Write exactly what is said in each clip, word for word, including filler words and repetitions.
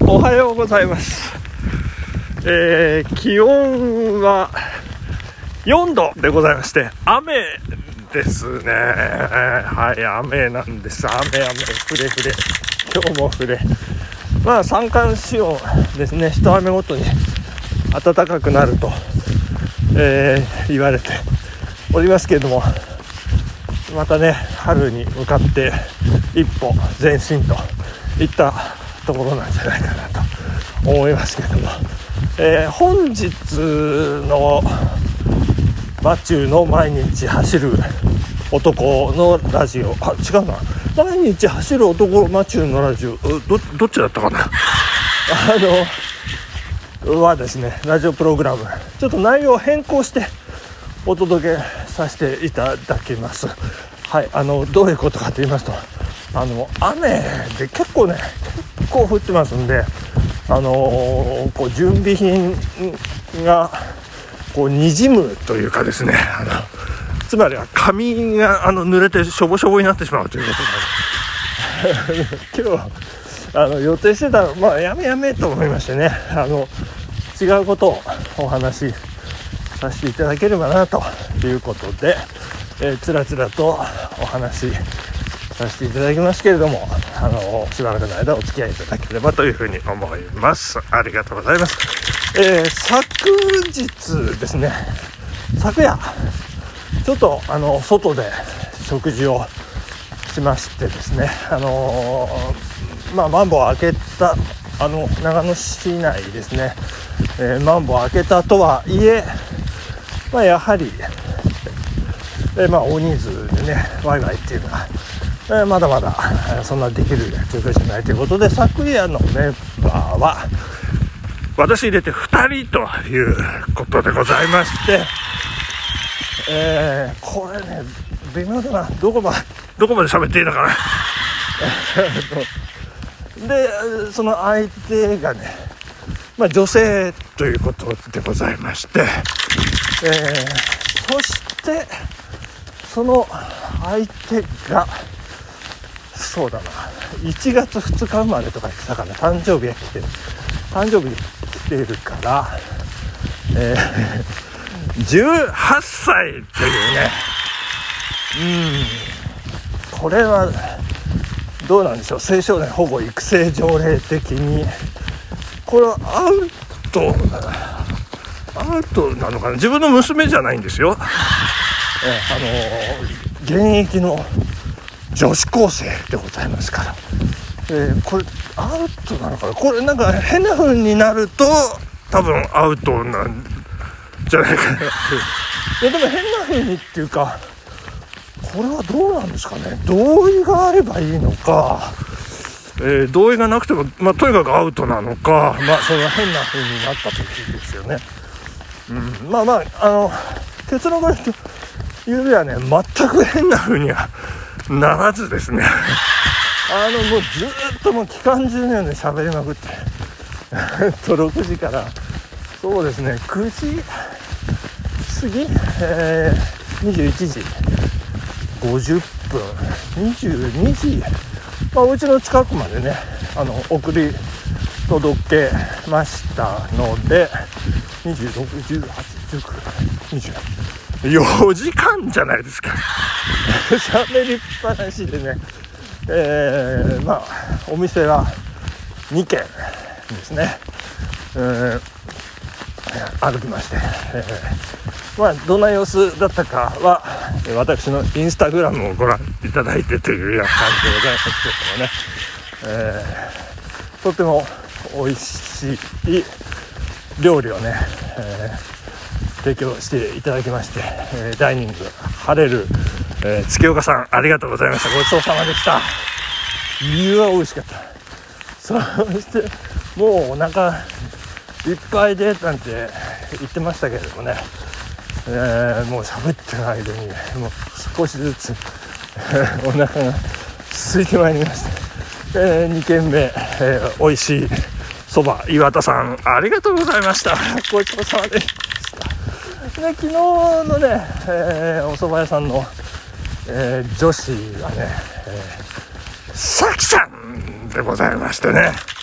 おはようございます。えー、気温はよんどでございまして、雨ですね。はい、雨なんです。雨雨降れ降れ、今日も降れ。まあ三寒四温ですね。一雨ごとに暖かくなると、えー、言われておりますけれども、またね、春に向かって一歩前進といったところなんじゃないかなと思いますけれども、えー、本日のマチューの毎日走る男のラジオ、あ、違うな、毎日走る男マチューのラジオ、 ど, どっちだったかなあのはですね、ラジオプログラムちょっと内容を変更してお届けさせていただきます。はい、あのどういうことかと言いますと、あの雨で結構ね結構降ってますんで、あのー、こう準備品がこう滲むというかですね、あのつまりは髪があの濡れてしょぼしょぼになってしまうということなんで今日あの予定してた、まあ、やめやめと思いましてね、あの違うことをお話しさせていただければなということで、えー、つらつらとお話しさせていただきますけれども、あのしばらくの間お付き合いいただければというふうに思います。ありがとうございます。えー、昨日ですね、昨夜ちょっとあの外で食事をしましてですね、あのー、まあマンボウ開けたあの長野市内ですね、えー、マンボウ開けたとはいえ、まあ、やはり、えー、まあ大人数でねワイワイっていうのは、えー、まだまだそんなできる状況じゃないということで、昨夜のメンバーは私入れてふたりということでございまして、えー、これね微妙だな、どこまどこまで喋っていいのかなでその相手がね、まあ、女性ということでございまして、えー、そしてその相手がそうだないちがつふつか生まれとか言ってたかな、誕生日が来てる誕生日来てるから、えー、じゅうはっさいというね、うん、これはどうなんでしょう、青少年保護育成条例的にこれはアウトアウトなのかな。自分の娘じゃないんですよ、えー、あのー、現役の女子高生でございますから、えー、これアウトなのかな。これなんか変な風になると多分アウトなんじゃないかなっていやでも変な風にっていうか、これはどうなんですかね。同意があればいいのか、えー、同意がなくても、まあ、とにかくアウトなのか、まあそれは変な風になった時ですよね、うん、まあまああの結論から言うとゆうべはね全く変な風にはならずですねあのもうずっともう期間中のように喋りまくってとろくじからそうですねくじ過ぎ、えー、にじゅういちじごじゅっぷんにじゅうにじ、まあ、お家の近くまでねあの送り届けましたのでにじゅうろく、じゅうはち、じゅうきゅう、にじゅうよじかんじゃないですか喋りっぱなしでね、えー、まあお店はにけんですね、えー、歩きまして、えー、まあどんな様子だったかは私のインスタグラムをご覧いただいてというような感じでございますけれどもね、えー、とても美味しい料理をね、えー、提供していただきまして、えー、ダイニング晴れる、えー、月岡さんありがとうございました。ごちそうさまでした。いや美味しかった。そしてもうお腹いっぱいでなんて言ってましたけれどもね、えー、もう喋ってる間にもう少しずつお腹が空いてまいりまして、えー、にけんめ、えー、美味しいそば岩田さんありがとうございました。ごちそうさまでした。で昨日のね、えー、お蕎麦屋さんの、えー、女子がね、えー、さきちゃんでございましてね、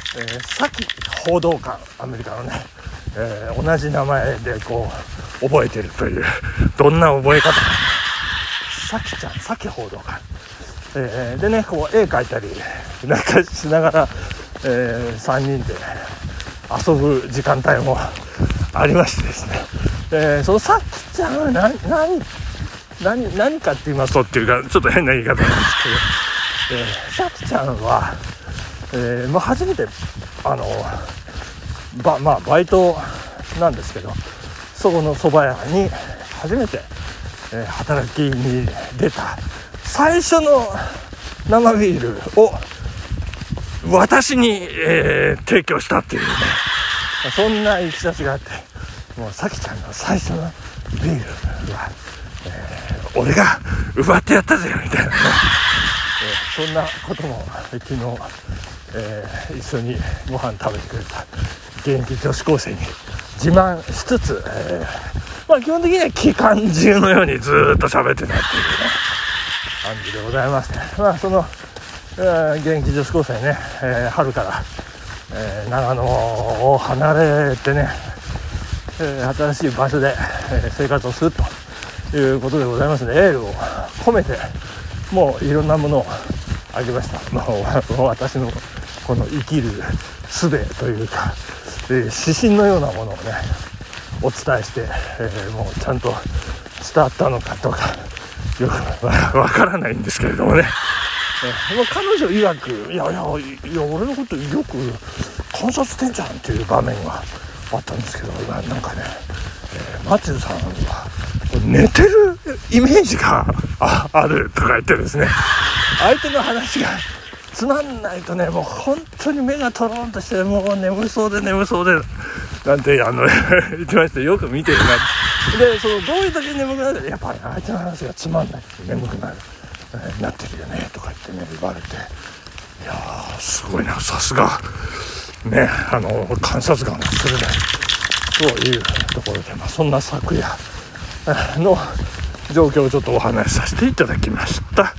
えー、サキ報道官、アメリカのね、えー、同じ名前でこう覚えてるという、どんな覚え方、サキちゃん、サキ報道官、えー、でね、こう絵描いたりなんかしながら、えー、さんにんで遊ぶ時間帯もありましてですね、えー、そのサキちゃんは何何何何かって言いますとっていうか、ちょっと変な言い方なんですけど、えー、サキちゃんは、えーまあ、初めてあのば、まあ、バイトなんですけど、そこの蕎麦屋に初めて、えー、働きに出た最初の生ビールを私に、えー、提供したっていうね、そんないきさつがあって、もうさきちゃんの最初のビールは、えー、俺が奪ってやったぜみたいなね、えー、そんなことも昨日、えー、一緒にご飯食べてくれた現役女子高生に自慢しつつ、えーまあ、基本的には期間中のようにずーっと喋ってたっていうね感じでございますね。まあその、えー、現役女子高生ね、えー、春から、えー、長野を離れてね、えー、新しい場所で、えー、生活をするということでございますね。エールを込めてもういろんなものをあげました。もう私のこの生きる術というか、えー、指針のようなものをねお伝えして、えー、もうちゃんと伝わったのかとかよくわからないんですけれどもね、えー、もう彼女曰くいやいやいや俺のことよく観察してんじゃんっていう場面があったんですけど、なんかね、えー、マチューさんは寝てるイメージが あ, あるとか言ってですね、相手の話がつまんないとね、もう本当に目がトロンとしてもう眠そうで眠そうでなんてあの言ってました。よく見てるなで、そのどういう時に眠くなる、やっぱり相手の話がつまんないと眠くなる、えー、なってるよねとか言ってね言われて、いやーすごいな、さすがね、あの観察眼が鋭いというところで、まあ、そんな昨夜の状況をちょっとお話しさせていただきました。はい、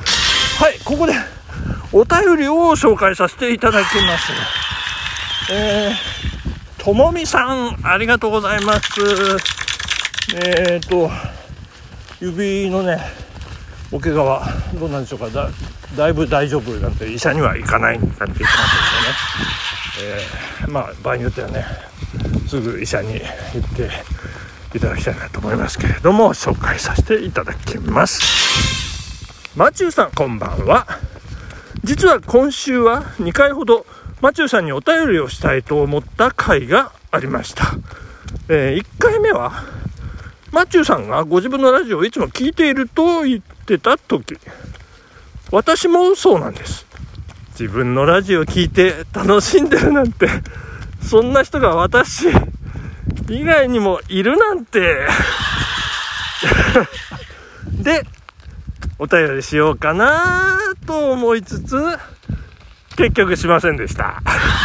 ここでお便りを紹介させていただきます。えー、ともみさんありがとうございます。えーと指のねお怪我はどうなんでしょうか。 だ, だいぶ大丈夫なんて、医者には行かないなんて言ってますけどね、えー、まあ場合によってはねすぐ医者に行っていただきたいなと思いますけれども、紹介させていただきます。マチューさんこんばんは。実は今週はにかいほどマチューさんにお便りをしたいと思った回がありました。えー、いっかいめはマチューさんがご自分のラジオをいつも聞いていると言ってた時、私もそうなんです。自分のラジオを聞いて楽しんでるなんて、そんな人が私以外にもいるなんてでお便りしようかなと思いつつ結局しませんでした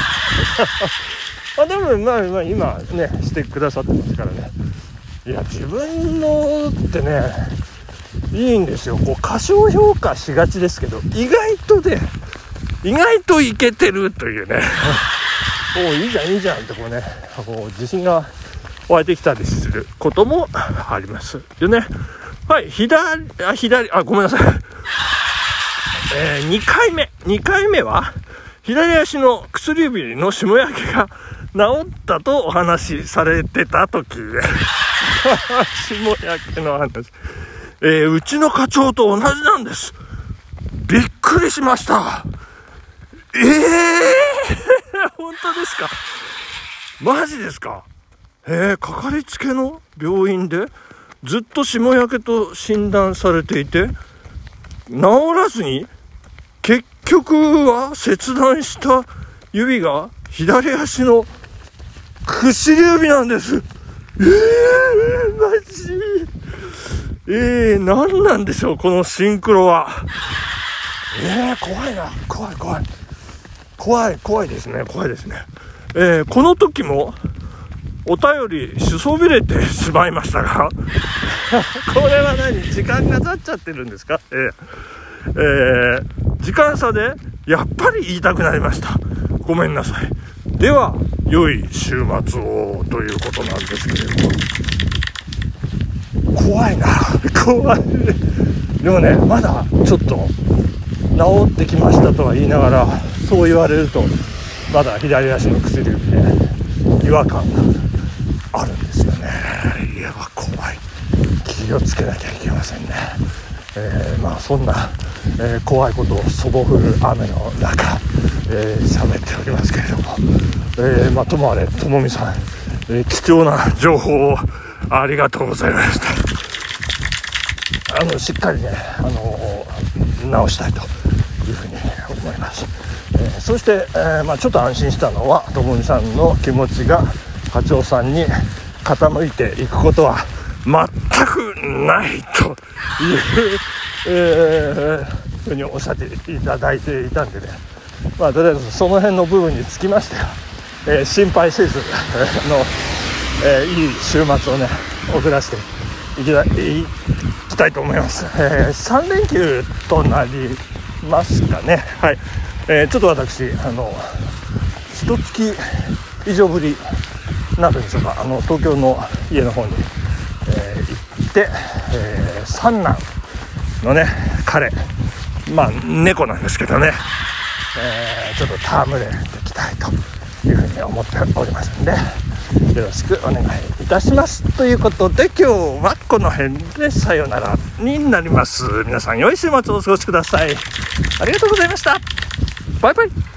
あでもまあ、まあ、今ねしてくださってますからね。いや自分のってねいいんですよ。こう過小評価しがちですけど、意外とで意外といけてるというねおいいじゃんいいじゃんってこうね、こう自信が湧いてきたりすることもありますよね。はい、左あ左あごめんなさいえー、にかいめにかいめは左足の薬指の霜焼けが治ったとお話しされてた時霜焼けの話、えー、うちの課長と同じなんです。びっくりしました。えー本当ですか、マジですか。えー、かかりつけの病院でずっと霜焼けと診断されていて治らずに結局は切断した指が左足の薬指なんです。えー、マジえー、何なんでしょうこのシンクロは。えー、怖いな、怖い怖い怖い怖いですね怖いですね。えー、この時もお便りしそびれてしまいましたがこれは何、時間が経っちゃってるんですか。えーえー、時間差でやっぱり言いたくなりました。ごめんなさい。 では良い週末をということなんですけれども、怖いな怖いでもね、まだちょっと治ってきましたとは言いながら、そう言われるとまだ左足の薬指で違和感があるんですよね。いや怖い、気をつけなきゃいけませんね。えー、まあそんな、えー、怖いことをそぼ降る雨の中えー、喋っておりますけれども、えー、まあともあれともみさん、えー、貴重な情報をありがとうございました。あのしっかりね、あのー、直したいというふうに思います。えー、そして、えーまあ、ちょっと安心したのは、ともみさんの気持ちが課長さんに傾いていくことは全くないという、えー、ふうにおっしゃっていただいていたんでね、まあ、とりあえずその辺の部分につきましては、えー、心配せず、えー、の、えー、いい週末をね送らせていきたい、いきたいと思います。えー、さん連休となりますかね。はい、えー、ちょっと私あの一月以上ぶりなんでしょうか、あの東京の家の方に、えー、行って、えー、三男のね彼、まあ猫なんですけどね、えー、ちょっと戯れていきたいというふうに思っておりますので、よろしくお願いいたしますということで、今日はこの辺でさよならになります。皆さん良い週末をお過ごしください。ありがとうございました。バイバイ。